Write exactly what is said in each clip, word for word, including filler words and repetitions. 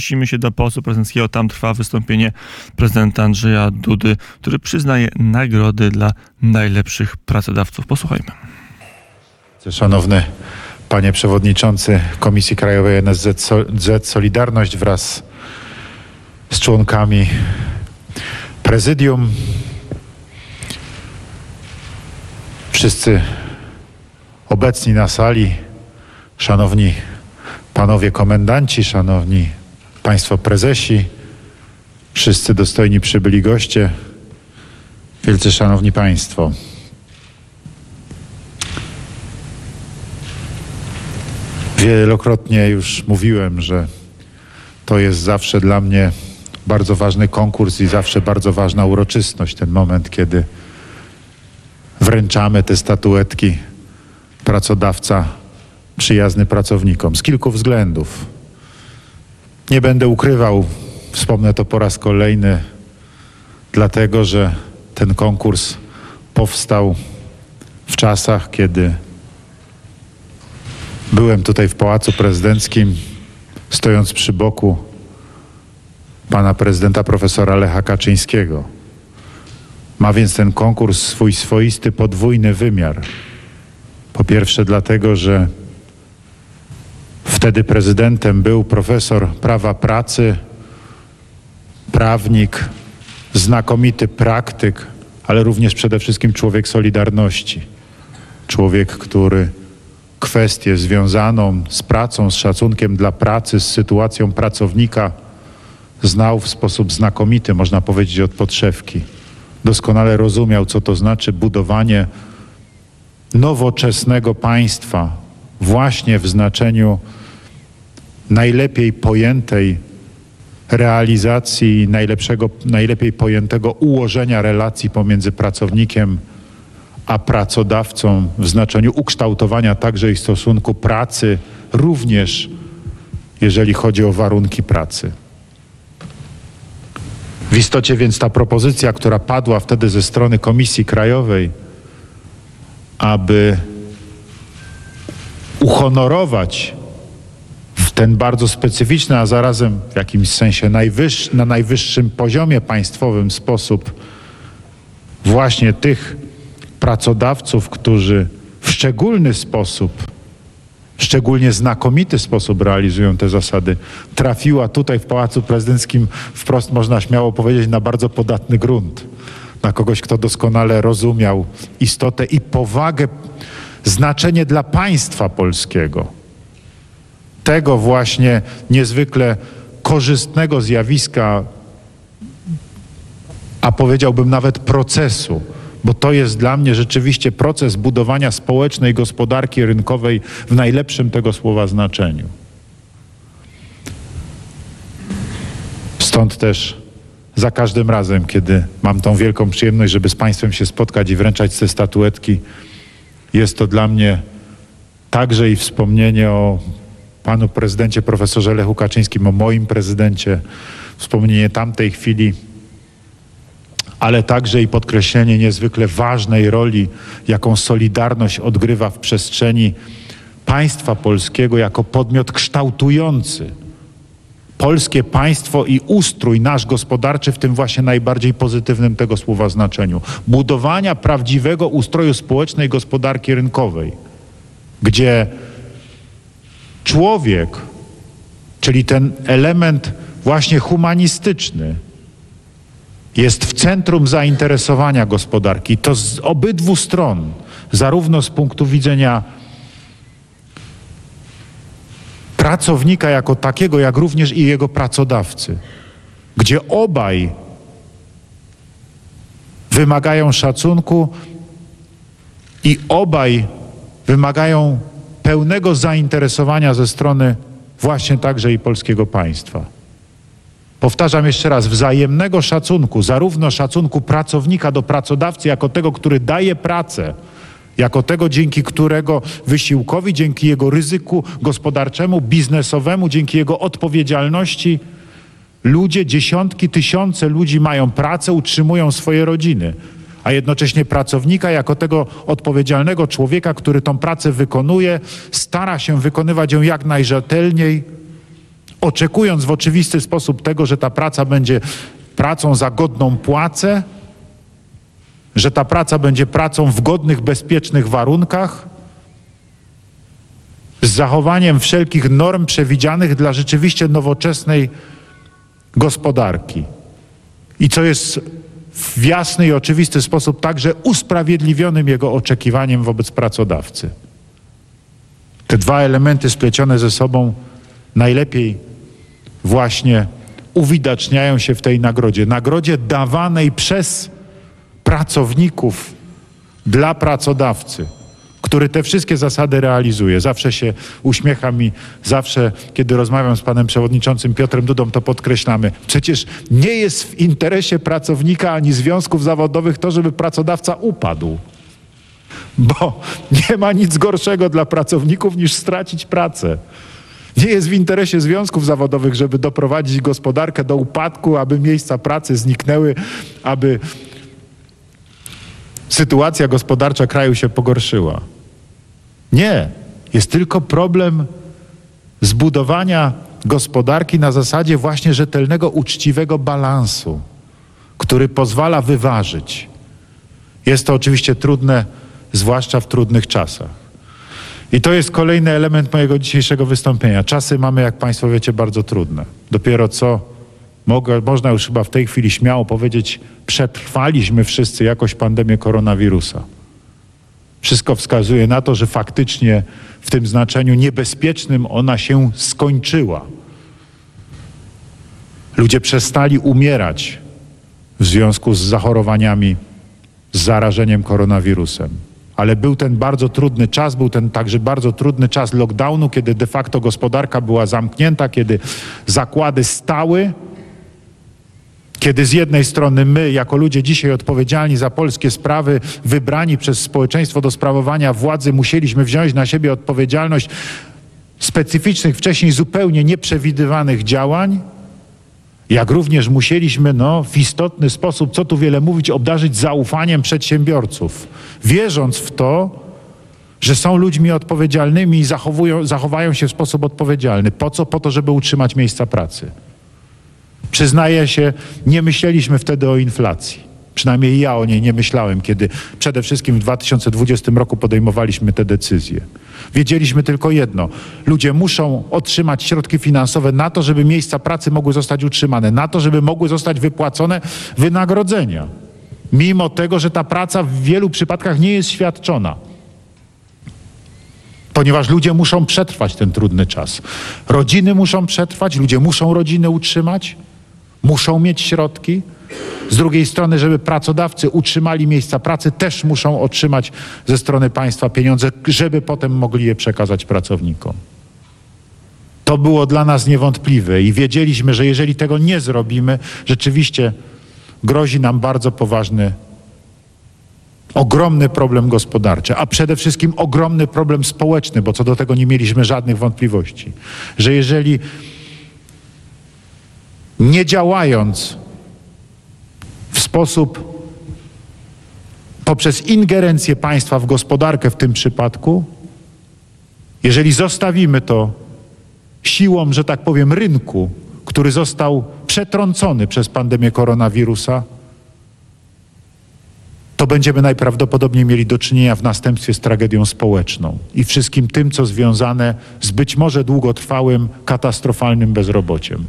Przenosimy się do Pałacu Prezydenckiego. Tam trwa wystąpienie prezydenta Andrzeja Dudy, który przyznaje nagrody dla najlepszych pracodawców. Posłuchajmy. Szanowny Panie Przewodniczący Komisji Krajowej N S Z Solidarność wraz z członkami Prezydium, wszyscy obecni na sali, szanowni Panowie Komendanci, szanowni Państwo Prezesi, wszyscy dostojni przybyli goście, wielce szanowni Państwo. Wielokrotnie już mówiłem, że to jest zawsze dla mnie bardzo ważny konkurs i zawsze bardzo ważna uroczystość. Ten moment, kiedy wręczamy te statuetki pracodawca przyjazny pracownikom. Z kilku względów. Nie będę ukrywał, wspomnę to po raz kolejny, dlatego że ten konkurs powstał w czasach, kiedy byłem tutaj w Pałacu Prezydenckim, stojąc przy boku pana prezydenta profesora Lecha Kaczyńskiego. Ma więc ten konkurs swój swoisty podwójny wymiar. Po pierwsze dlatego, że wtedy prezydentem był profesor prawa pracy, prawnik, znakomity praktyk, ale również przede wszystkim człowiek Solidarności. Człowiek, który kwestię związaną z pracą, z szacunkiem dla pracy, z sytuacją pracownika znał w sposób znakomity, można powiedzieć od podszewki. Doskonale rozumiał, co to znaczy budowanie nowoczesnego państwa, właśnie w znaczeniu najlepiej pojętej realizacji, najlepszego, najlepiej pojętego ułożenia relacji pomiędzy pracownikiem a pracodawcą, w znaczeniu ukształtowania także i stosunku pracy, również jeżeli chodzi o warunki pracy. W istocie więc ta propozycja, która padła wtedy ze strony Komisji Krajowej, aby uhonorować w ten bardzo specyficzny, a zarazem w jakimś sensie najwyższy, na najwyższym poziomie państwowym sposób właśnie tych pracodawców, którzy w szczególny sposób, w szczególnie znakomity sposób realizują te zasady, trafiła tutaj w Pałacu Prezydenckim, wprost można śmiało powiedzieć, na bardzo podatny grunt. Na kogoś, kto doskonale rozumiał istotę i powagę, znaczenie dla państwa polskiego. Tego właśnie niezwykle korzystnego zjawiska, a powiedziałbym nawet procesu, bo to jest dla mnie rzeczywiście proces budowania społecznej gospodarki rynkowej w najlepszym tego słowa znaczeniu. Stąd też za każdym razem, kiedy mam tą wielką przyjemność, żeby z Państwem się spotkać i wręczać te statuetki, jest to dla mnie także i wspomnienie o panu prezydencie profesorze Lechu Kaczyńskim, o moim prezydencie, wspomnienie tamtej chwili, ale także i podkreślenie niezwykle ważnej roli, jaką Solidarność odgrywa w przestrzeni państwa polskiego jako podmiot kształtujący polskie państwo i ustrój nasz gospodarczy w tym właśnie najbardziej pozytywnym tego słowa znaczeniu. Budowania prawdziwego ustroju społecznej gospodarki rynkowej, gdzie człowiek, czyli ten element właśnie humanistyczny, jest w centrum zainteresowania gospodarki. To z obydwu stron, zarówno z punktu widzenia pracownika jako takiego, jak również i jego pracodawcy, gdzie obaj wymagają szacunku i obaj wymagają pełnego zainteresowania ze strony właśnie także i polskiego państwa. Powtarzam jeszcze raz, wzajemnego szacunku, zarówno szacunku pracownika do pracodawcy jako tego, który daje pracę, jako tego, dzięki którego wysiłkowi, dzięki jego ryzyku gospodarczemu, biznesowemu, dzięki jego odpowiedzialności ludzie, dziesiątki, tysiące ludzi mają pracę, utrzymują swoje rodziny, a jednocześnie pracownika jako tego odpowiedzialnego człowieka, który tą pracę wykonuje, stara się wykonywać ją jak najrzetelniej, oczekując w oczywisty sposób tego, że ta praca będzie pracą za godną płacę, że ta praca będzie pracą w godnych, bezpiecznych warunkach, z zachowaniem wszelkich norm przewidzianych dla rzeczywiście nowoczesnej gospodarki. I co jest w jasny i oczywisty sposób także usprawiedliwionym jego oczekiwaniem wobec pracodawcy. Te dwa elementy splecione ze sobą najlepiej właśnie uwidaczniają się w tej nagrodzie. Nagrodzie dawanej przez pracowników dla pracodawcy, który te wszystkie zasady realizuje. Zawsze się uśmiecha mi, zawsze kiedy rozmawiam z panem przewodniczącym Piotrem Dudą, to podkreślamy. Przecież nie jest w interesie pracownika ani związków zawodowych to, żeby pracodawca upadł. Bo nie ma nic gorszego dla pracowników niż stracić pracę. Nie jest w interesie związków zawodowych, żeby doprowadzić gospodarkę do upadku, aby miejsca pracy zniknęły, aby sytuacja gospodarcza kraju się pogorszyła. Nie. Jest tylko problem zbudowania gospodarki na zasadzie właśnie rzetelnego, uczciwego balansu, który pozwala wyważyć. Jest to oczywiście trudne, zwłaszcza w trudnych czasach. I to jest kolejny element mojego dzisiejszego wystąpienia. Czasy mamy, jak państwo wiecie, bardzo trudne. Dopiero co, mogę, można już chyba w tej chwili śmiało powiedzieć, przetrwaliśmy wszyscy jakoś pandemię koronawirusa. Wszystko wskazuje na to, że faktycznie w tym znaczeniu niebezpiecznym ona się skończyła. Ludzie przestali umierać w związku z zachorowaniami, z zarażeniem koronawirusem. Ale był ten bardzo trudny czas, był ten także bardzo trudny czas lockdownu, kiedy de facto gospodarka była zamknięta, kiedy zakłady stały, kiedy z jednej strony my, jako ludzie dzisiaj odpowiedzialni za polskie sprawy, wybrani przez społeczeństwo do sprawowania władzy, musieliśmy wziąć na siebie odpowiedzialność specyficznych, wcześniej zupełnie nieprzewidywanych działań, jak również musieliśmy no, w istotny sposób, co tu wiele mówić, obdarzyć zaufaniem przedsiębiorców, wierząc w to, że są ludźmi odpowiedzialnymi i zachowują, zachowają się w sposób odpowiedzialny. Po co? Po to, żeby utrzymać miejsca pracy. Przyznaję się, nie myśleliśmy wtedy o inflacji. Przynajmniej ja o niej nie myślałem, kiedy przede wszystkim w dwa tysiące dwudziestym roku podejmowaliśmy te decyzje. Wiedzieliśmy tylko jedno. Ludzie muszą otrzymać środki finansowe na to, żeby miejsca pracy mogły zostać utrzymane, na to, żeby mogły zostać wypłacone wynagrodzenia. Mimo tego, że ta praca w wielu przypadkach nie jest świadczona. Ponieważ ludzie muszą przetrwać ten trudny czas. Rodziny muszą przetrwać, ludzie muszą rodziny utrzymać, muszą mieć środki. Z drugiej strony, żeby pracodawcy utrzymali miejsca pracy, też muszą otrzymać ze strony państwa pieniądze, żeby potem mogli je przekazać pracownikom. To było dla nas niewątpliwe i wiedzieliśmy, że jeżeli tego nie zrobimy, rzeczywiście grozi nam bardzo poważny, ogromny problem gospodarczy, a przede wszystkim ogromny problem społeczny, bo co do tego nie mieliśmy żadnych wątpliwości, że jeżeli nie działając w sposób poprzez ingerencję państwa w gospodarkę w tym przypadku, jeżeli zostawimy to siłą, że tak powiem, rynku, który został przetrącony przez pandemię koronawirusa, to będziemy najprawdopodobniej mieli do czynienia w następstwie z tragedią społeczną i wszystkim tym, co związane z być może długotrwałym, katastrofalnym bezrobociem.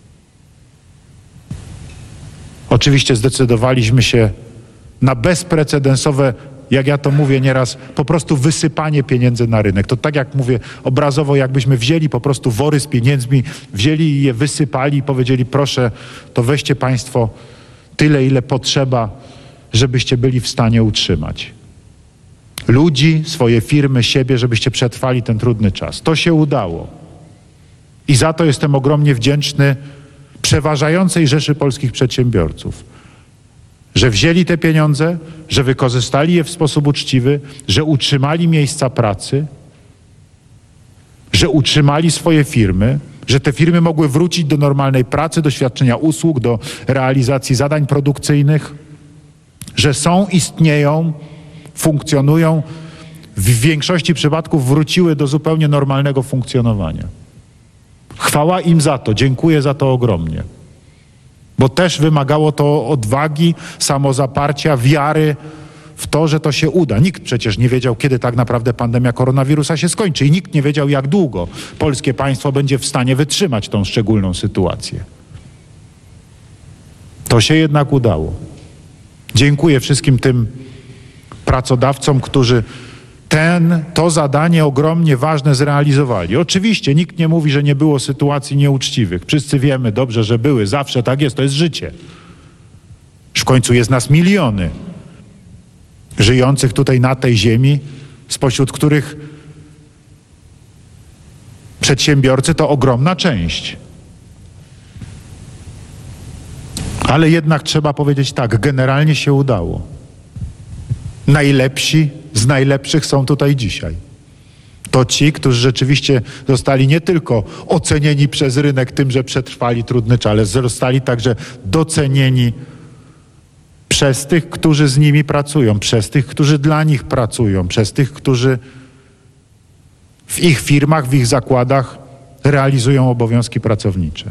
Oczywiście zdecydowaliśmy się na bezprecedensowe, jak ja to mówię nieraz, po prostu wysypanie pieniędzy na rynek. To tak jak mówię obrazowo, jakbyśmy wzięli po prostu wory z pieniędzmi, wzięli i je wysypali i powiedzieli, proszę, to weźcie państwo tyle, ile potrzeba, żebyście byli w stanie utrzymać ludzi, swoje firmy, siebie, żebyście przetrwali ten trudny czas. To się udało. I za to jestem ogromnie wdzięczny przeważającej rzeszy polskich przedsiębiorców, że wzięli te pieniądze, że wykorzystali je w sposób uczciwy, że utrzymali miejsca pracy, że utrzymali swoje firmy, że te firmy mogły wrócić do normalnej pracy, do świadczenia usług, do realizacji zadań produkcyjnych, że są, istnieją, funkcjonują, w większości przypadków wróciły do zupełnie normalnego funkcjonowania. Chwała im za to, dziękuję za to ogromnie. Bo też wymagało to odwagi, samozaparcia, wiary w to, że to się uda. Nikt przecież nie wiedział, kiedy tak naprawdę pandemia koronawirusa się skończy i nikt nie wiedział, jak długo polskie państwo będzie w stanie wytrzymać tą szczególną sytuację. To się jednak udało. Dziękuję wszystkim tym pracodawcom, którzy ten, to zadanie ogromnie ważne zrealizowali. Oczywiście nikt nie mówi, że nie było sytuacji nieuczciwych. Wszyscy wiemy dobrze, że były. Zawsze tak jest, to jest życie. W końcu jest nas miliony żyjących tutaj na tej ziemi, spośród których przedsiębiorcy to ogromna część. Ale jednak trzeba powiedzieć tak, generalnie się udało. Najlepsi z najlepszych są tutaj dzisiaj. To ci, którzy rzeczywiście zostali nie tylko ocenieni przez rynek tym, że przetrwali trudny czas, ale zostali także docenieni przez tych, którzy z nimi pracują, przez tych, którzy dla nich pracują, przez tych, którzy w ich firmach, w ich zakładach realizują obowiązki pracownicze.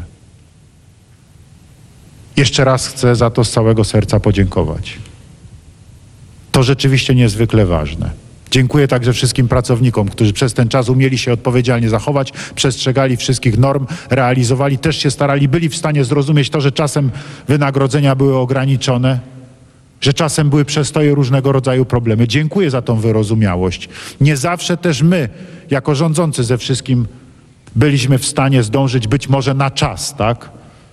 Jeszcze raz chcę za to z całego serca podziękować. To rzeczywiście niezwykle ważne. Dziękuję także wszystkim pracownikom, którzy przez ten czas umieli się odpowiedzialnie zachować, przestrzegali wszystkich norm, realizowali, też się starali, byli w stanie zrozumieć to, że czasem wynagrodzenia były ograniczone, że czasem były przestoje, różnego rodzaju problemy. Dziękuję za tą wyrozumiałość. Nie zawsze też my, jako rządzący ze wszystkim, byliśmy w stanie zdążyć być może na czas, tak?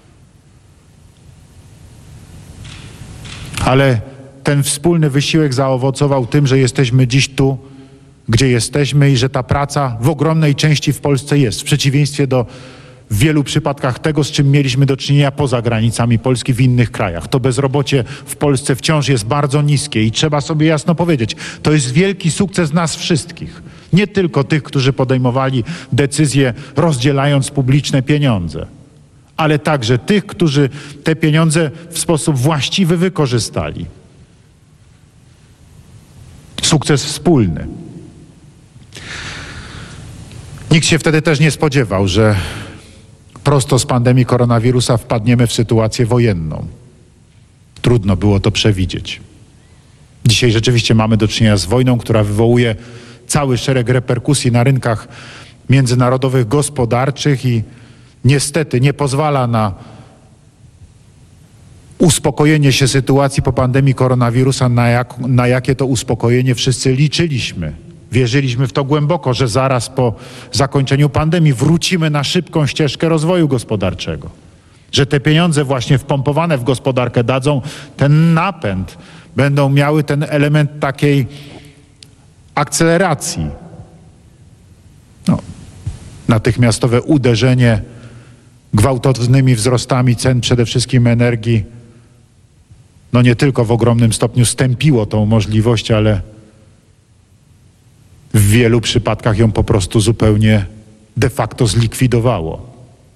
Ale ten wspólny wysiłek zaowocował tym, że jesteśmy dziś tu, gdzie jesteśmy i że ta praca w ogromnej części w Polsce jest, w przeciwieństwie do w wielu przypadkach tego, z czym mieliśmy do czynienia poza granicami Polski w innych krajach. To bezrobocie w Polsce wciąż jest bardzo niskie i trzeba sobie jasno powiedzieć, to jest wielki sukces nas wszystkich. Nie tylko tych, którzy podejmowali decyzje rozdzielając publiczne pieniądze, ale także tych, którzy te pieniądze w sposób właściwy wykorzystali. Sukces wspólny. Nikt się wtedy też nie spodziewał, że prosto z pandemii koronawirusa wpadniemy w sytuację wojenną. Trudno było to przewidzieć. Dzisiaj rzeczywiście mamy do czynienia z wojną, która wywołuje cały szereg reperkusji na rynkach międzynarodowych, gospodarczych i niestety nie pozwala na uspokojenie się sytuacji po pandemii koronawirusa, na, jak, na jakie to uspokojenie wszyscy liczyliśmy. Wierzyliśmy w to głęboko, że zaraz po zakończeniu pandemii wrócimy na szybką ścieżkę rozwoju gospodarczego. Że te pieniądze właśnie wpompowane w gospodarkę dadzą ten napęd, będą miały ten element takiej akceleracji. No, natychmiastowe uderzenie gwałtownymi wzrostami cen, przede wszystkim energii, no nie tylko w ogromnym stopniu stępiło tą możliwość, ale w wielu przypadkach ją po prostu zupełnie de facto zlikwidowało.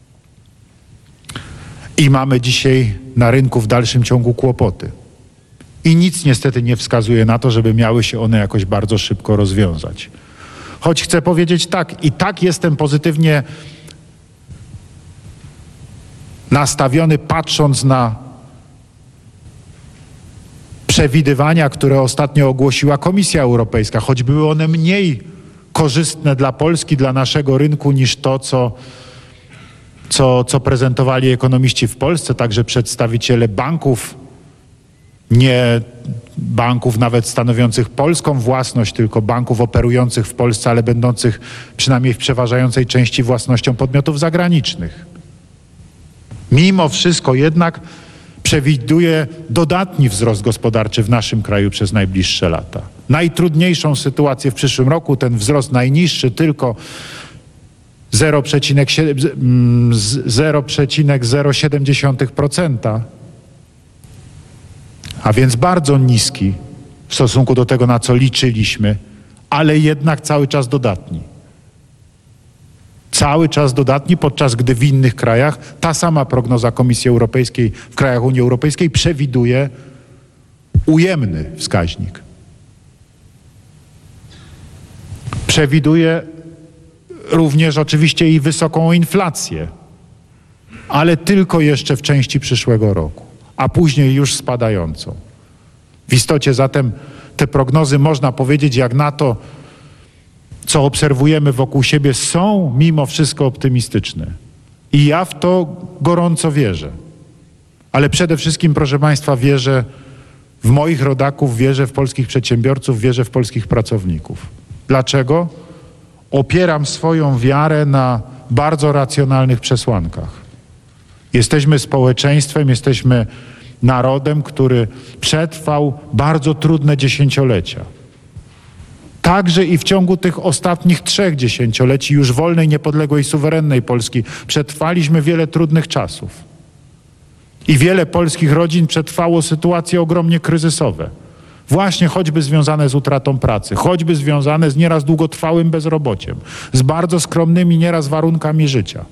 I mamy dzisiaj na rynku w dalszym ciągu kłopoty. I nic niestety nie wskazuje na to, żeby miały się one jakoś bardzo szybko rozwiązać. Choć chcę powiedzieć tak, i tak jestem pozytywnie nastawiony, patrząc na przewidywania, które ostatnio ogłosiła Komisja Europejska, choć były one mniej korzystne dla Polski, dla naszego rynku niż to, co, co, co prezentowali ekonomiści w Polsce, także przedstawiciele banków, nie banków nawet stanowiących polską własność, tylko banków operujących w Polsce, ale będących przynajmniej w przeważającej części własnością podmiotów zagranicznych. Mimo wszystko jednak przewiduje dodatni wzrost gospodarczy w naszym kraju przez najbliższe lata. Najtrudniejszą sytuację w przyszłym roku, ten wzrost najniższy tylko zero przecinek zero siedem procent, a więc bardzo niski w stosunku do tego, na co liczyliśmy, ale jednak cały czas dodatni. Cały czas dodatni, podczas gdy w innych krajach ta sama prognoza Komisji Europejskiej w krajach Unii Europejskiej przewiduje ujemny wskaźnik. Przewiduje również oczywiście i wysoką inflację, ale tylko jeszcze w części przyszłego roku, a później już spadającą. W istocie zatem te prognozy, można powiedzieć, jak na to, co obserwujemy wokół siebie, są mimo wszystko optymistyczne. I ja w to gorąco wierzę. Ale przede wszystkim, proszę Państwa, wierzę w moich rodaków, wierzę w polskich przedsiębiorców, wierzę w polskich pracowników. Dlaczego? Opieram swoją wiarę na bardzo racjonalnych przesłankach. Jesteśmy społeczeństwem, jesteśmy narodem, który przetrwał bardzo trudne dziesięciolecia. Także i w ciągu tych ostatnich trzech dziesięcioleci już wolnej, niepodległej, suwerennej Polski przetrwaliśmy wiele trudnych czasów. I wiele polskich rodzin przetrwało sytuacje ogromnie kryzysowe. Właśnie choćby związane z utratą pracy, choćby związane z nieraz długotrwałym bezrobociem, z bardzo skromnymi nieraz warunkami życia.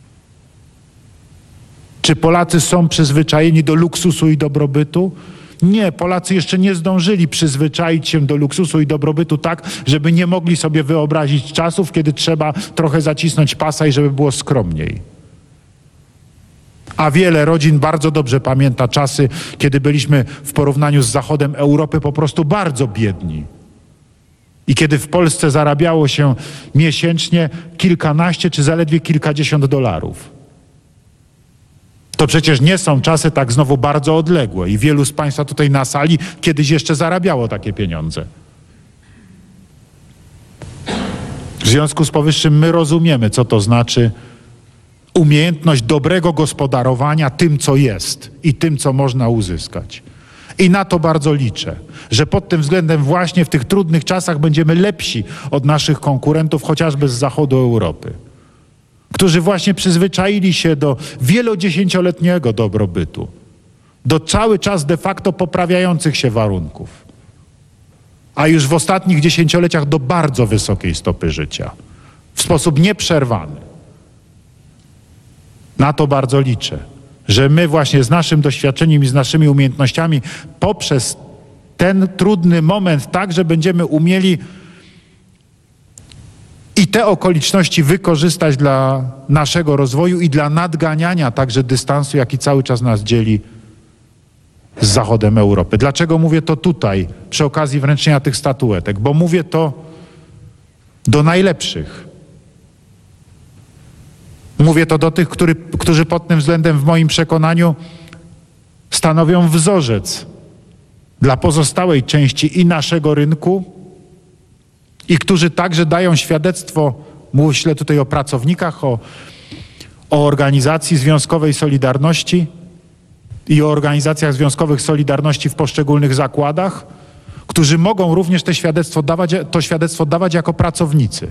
Czy Polacy są przyzwyczajeni do luksusu i dobrobytu? Nie, Polacy jeszcze nie zdążyli przyzwyczaić się do luksusu i dobrobytu tak, żeby nie mogli sobie wyobrazić czasów, kiedy trzeba trochę zacisnąć pasa i żeby było skromniej. A wiele rodzin bardzo dobrze pamięta czasy, kiedy byliśmy w porównaniu z zachodem Europy po prostu bardzo biedni. I kiedy w Polsce zarabiało się miesięcznie kilkanaście czy zaledwie kilkadziesiąt dolarów. To przecież nie są czasy tak znowu bardzo odległe i wielu z Państwa tutaj na sali kiedyś jeszcze zarabiało takie pieniądze. W związku z powyższym my rozumiemy, co to znaczy umiejętność dobrego gospodarowania tym, co jest i tym, co można uzyskać. I na to bardzo liczę, że pod tym względem właśnie w tych trudnych czasach będziemy lepsi od naszych konkurentów, chociażby z zachodu Europy, którzy właśnie przyzwyczaili się do wielodziesięcioletniego dobrobytu, do cały czas de facto poprawiających się warunków, a już w ostatnich dziesięcioleciach do bardzo wysokiej stopy życia, w sposób nieprzerwany. Na to bardzo liczę, że my właśnie z naszym doświadczeniem i z naszymi umiejętnościami poprzez ten trudny moment także będziemy umieli i te okoliczności wykorzystać dla naszego rozwoju i dla nadganiania także dystansu, jaki cały czas nas dzieli z zachodem Europy. Dlaczego mówię to tutaj, przy okazji wręczenia tych statuetek? Bo mówię to do najlepszych. Mówię to do tych, który, którzy pod tym względem w moim przekonaniu stanowią wzorzec dla pozostałej części i naszego rynku, i którzy także dają świadectwo, myślę tutaj o pracownikach, o, o organizacji związkowej Solidarności i o organizacjach związkowych Solidarności w poszczególnych zakładach, którzy mogą również te świadectwo dawać, to świadectwo dawać jako pracownicy.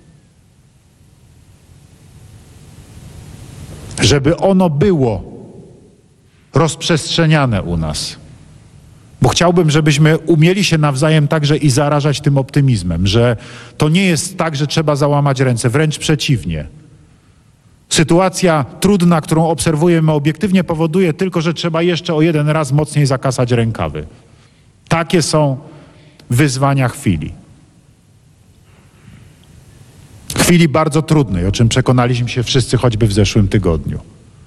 Żeby ono było rozprzestrzeniane u nas. Bo chciałbym, żebyśmy umieli się nawzajem także i zarażać tym optymizmem, że to nie jest tak, że trzeba załamać ręce, wręcz przeciwnie. Sytuacja trudna, którą obserwujemy obiektywnie, powoduje tylko, że trzeba jeszcze o jeden raz mocniej zakasać rękawy. Takie są wyzwania chwili. Chwili bardzo trudnej, o czym przekonaliśmy się wszyscy choćby w zeszłym tygodniu.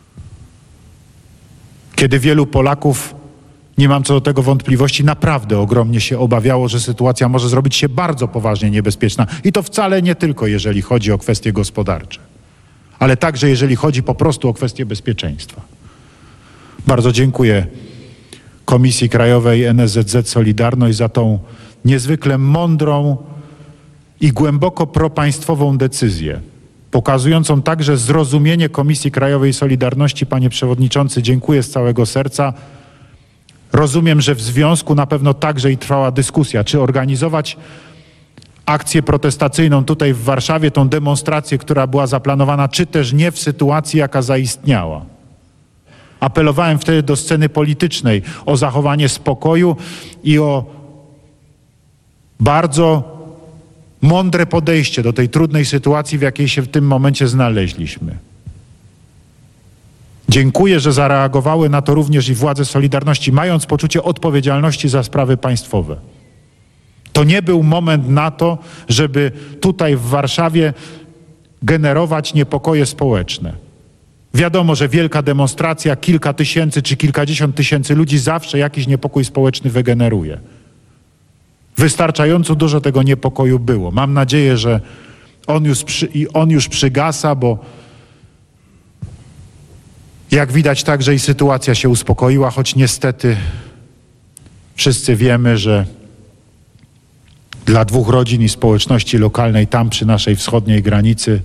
Kiedy wielu Polaków, nie mam co do tego wątpliwości, naprawdę ogromnie się obawiało, że sytuacja może zrobić się bardzo poważnie niebezpieczna. I to wcale nie tylko jeżeli chodzi o kwestie gospodarcze, ale także jeżeli chodzi po prostu o kwestie bezpieczeństwa. Bardzo dziękuję Komisji Krajowej N S Z Z Solidarność za tą niezwykle mądrą i głęboko propaństwową decyzję, pokazującą także zrozumienie Komisji Krajowej Solidarności. Panie Przewodniczący, dziękuję z całego serca. Rozumiem, że w związku na pewno także i trwała dyskusja, czy organizować akcję protestacyjną tutaj w Warszawie, tą demonstrację, która była zaplanowana, czy też nie w sytuacji, jaka zaistniała. Apelowałem wtedy do sceny politycznej o zachowanie spokoju i o bardzo mądre podejście do tej trudnej sytuacji, w jakiej się w tym momencie znaleźliśmy. Dziękuję, że zareagowały na to również i władze Solidarności, mając poczucie odpowiedzialności za sprawy państwowe. To nie był moment na to, żeby tutaj w Warszawie generować niepokoje społeczne. Wiadomo, że wielka demonstracja, kilka tysięcy czy kilkadziesiąt tysięcy ludzi zawsze jakiś niepokój społeczny wygeneruje. Wystarczająco dużo tego niepokoju było. Mam nadzieję, że on już, przy, i on już przygasa, bo jak widać także i sytuacja się uspokoiła, choć niestety wszyscy wiemy, że dla dwóch rodzin i społeczności lokalnej tam przy naszej wschodniej granicy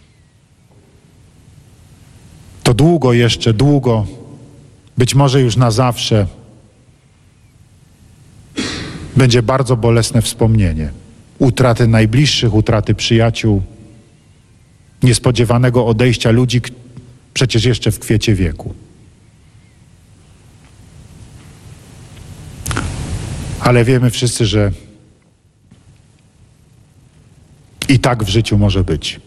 to długo jeszcze, długo, być może już na zawsze będzie bardzo bolesne wspomnienie. Utraty najbliższych, utraty przyjaciół, niespodziewanego odejścia ludzi przecież jeszcze w kwiecie wieku. Ale wiemy wszyscy, że i tak w życiu może być.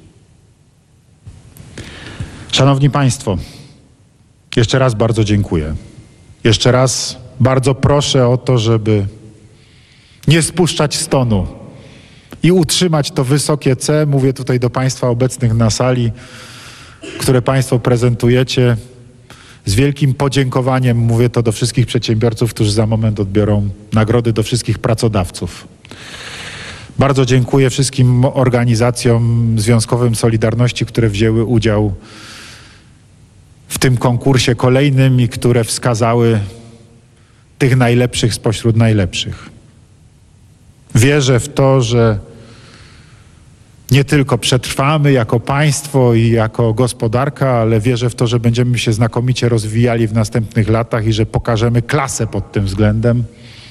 Szanowni Państwo, jeszcze raz bardzo dziękuję. Jeszcze raz bardzo proszę o to, żeby nie spuszczać z tonu i utrzymać to wysokie C. Mówię tutaj do Państwa obecnych na sali, które Państwo prezentujecie. Z wielkim podziękowaniem mówię to do wszystkich przedsiębiorców, którzy za moment odbiorą nagrody, do wszystkich pracodawców. Bardzo dziękuję wszystkim organizacjom związkowym Solidarności, które wzięły udział w tym konkursie kolejnym i które wskazały tych najlepszych spośród najlepszych. Wierzę w to, że nie tylko przetrwamy jako państwo i jako gospodarka, ale wierzę w to, że będziemy się znakomicie rozwijali w następnych latach i że pokażemy klasę pod tym względem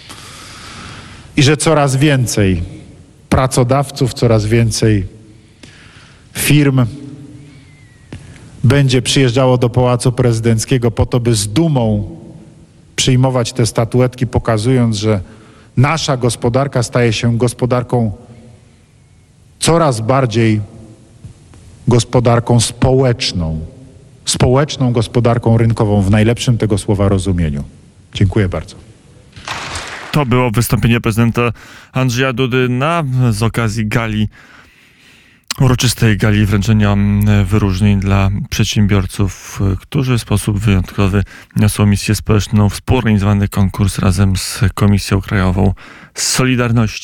i że coraz więcej pracodawców, coraz więcej firm będzie przyjeżdżało do Pałacu Prezydenckiego po to, by z dumą przyjmować te statuetki, pokazując, że nasza gospodarka staje się gospodarką coraz bardziej gospodarką społeczną, społeczną gospodarką rynkową w najlepszym tego słowa rozumieniu. Dziękuję bardzo. To było wystąpienie prezydenta Andrzeja Dudy na, z okazji gali, uroczystej gali wręczenia wyróżnień dla przedsiębiorców, którzy w sposób wyjątkowy niosą misję społeczną, współorganizowany konkurs razem z Komisją Krajową Solidarności.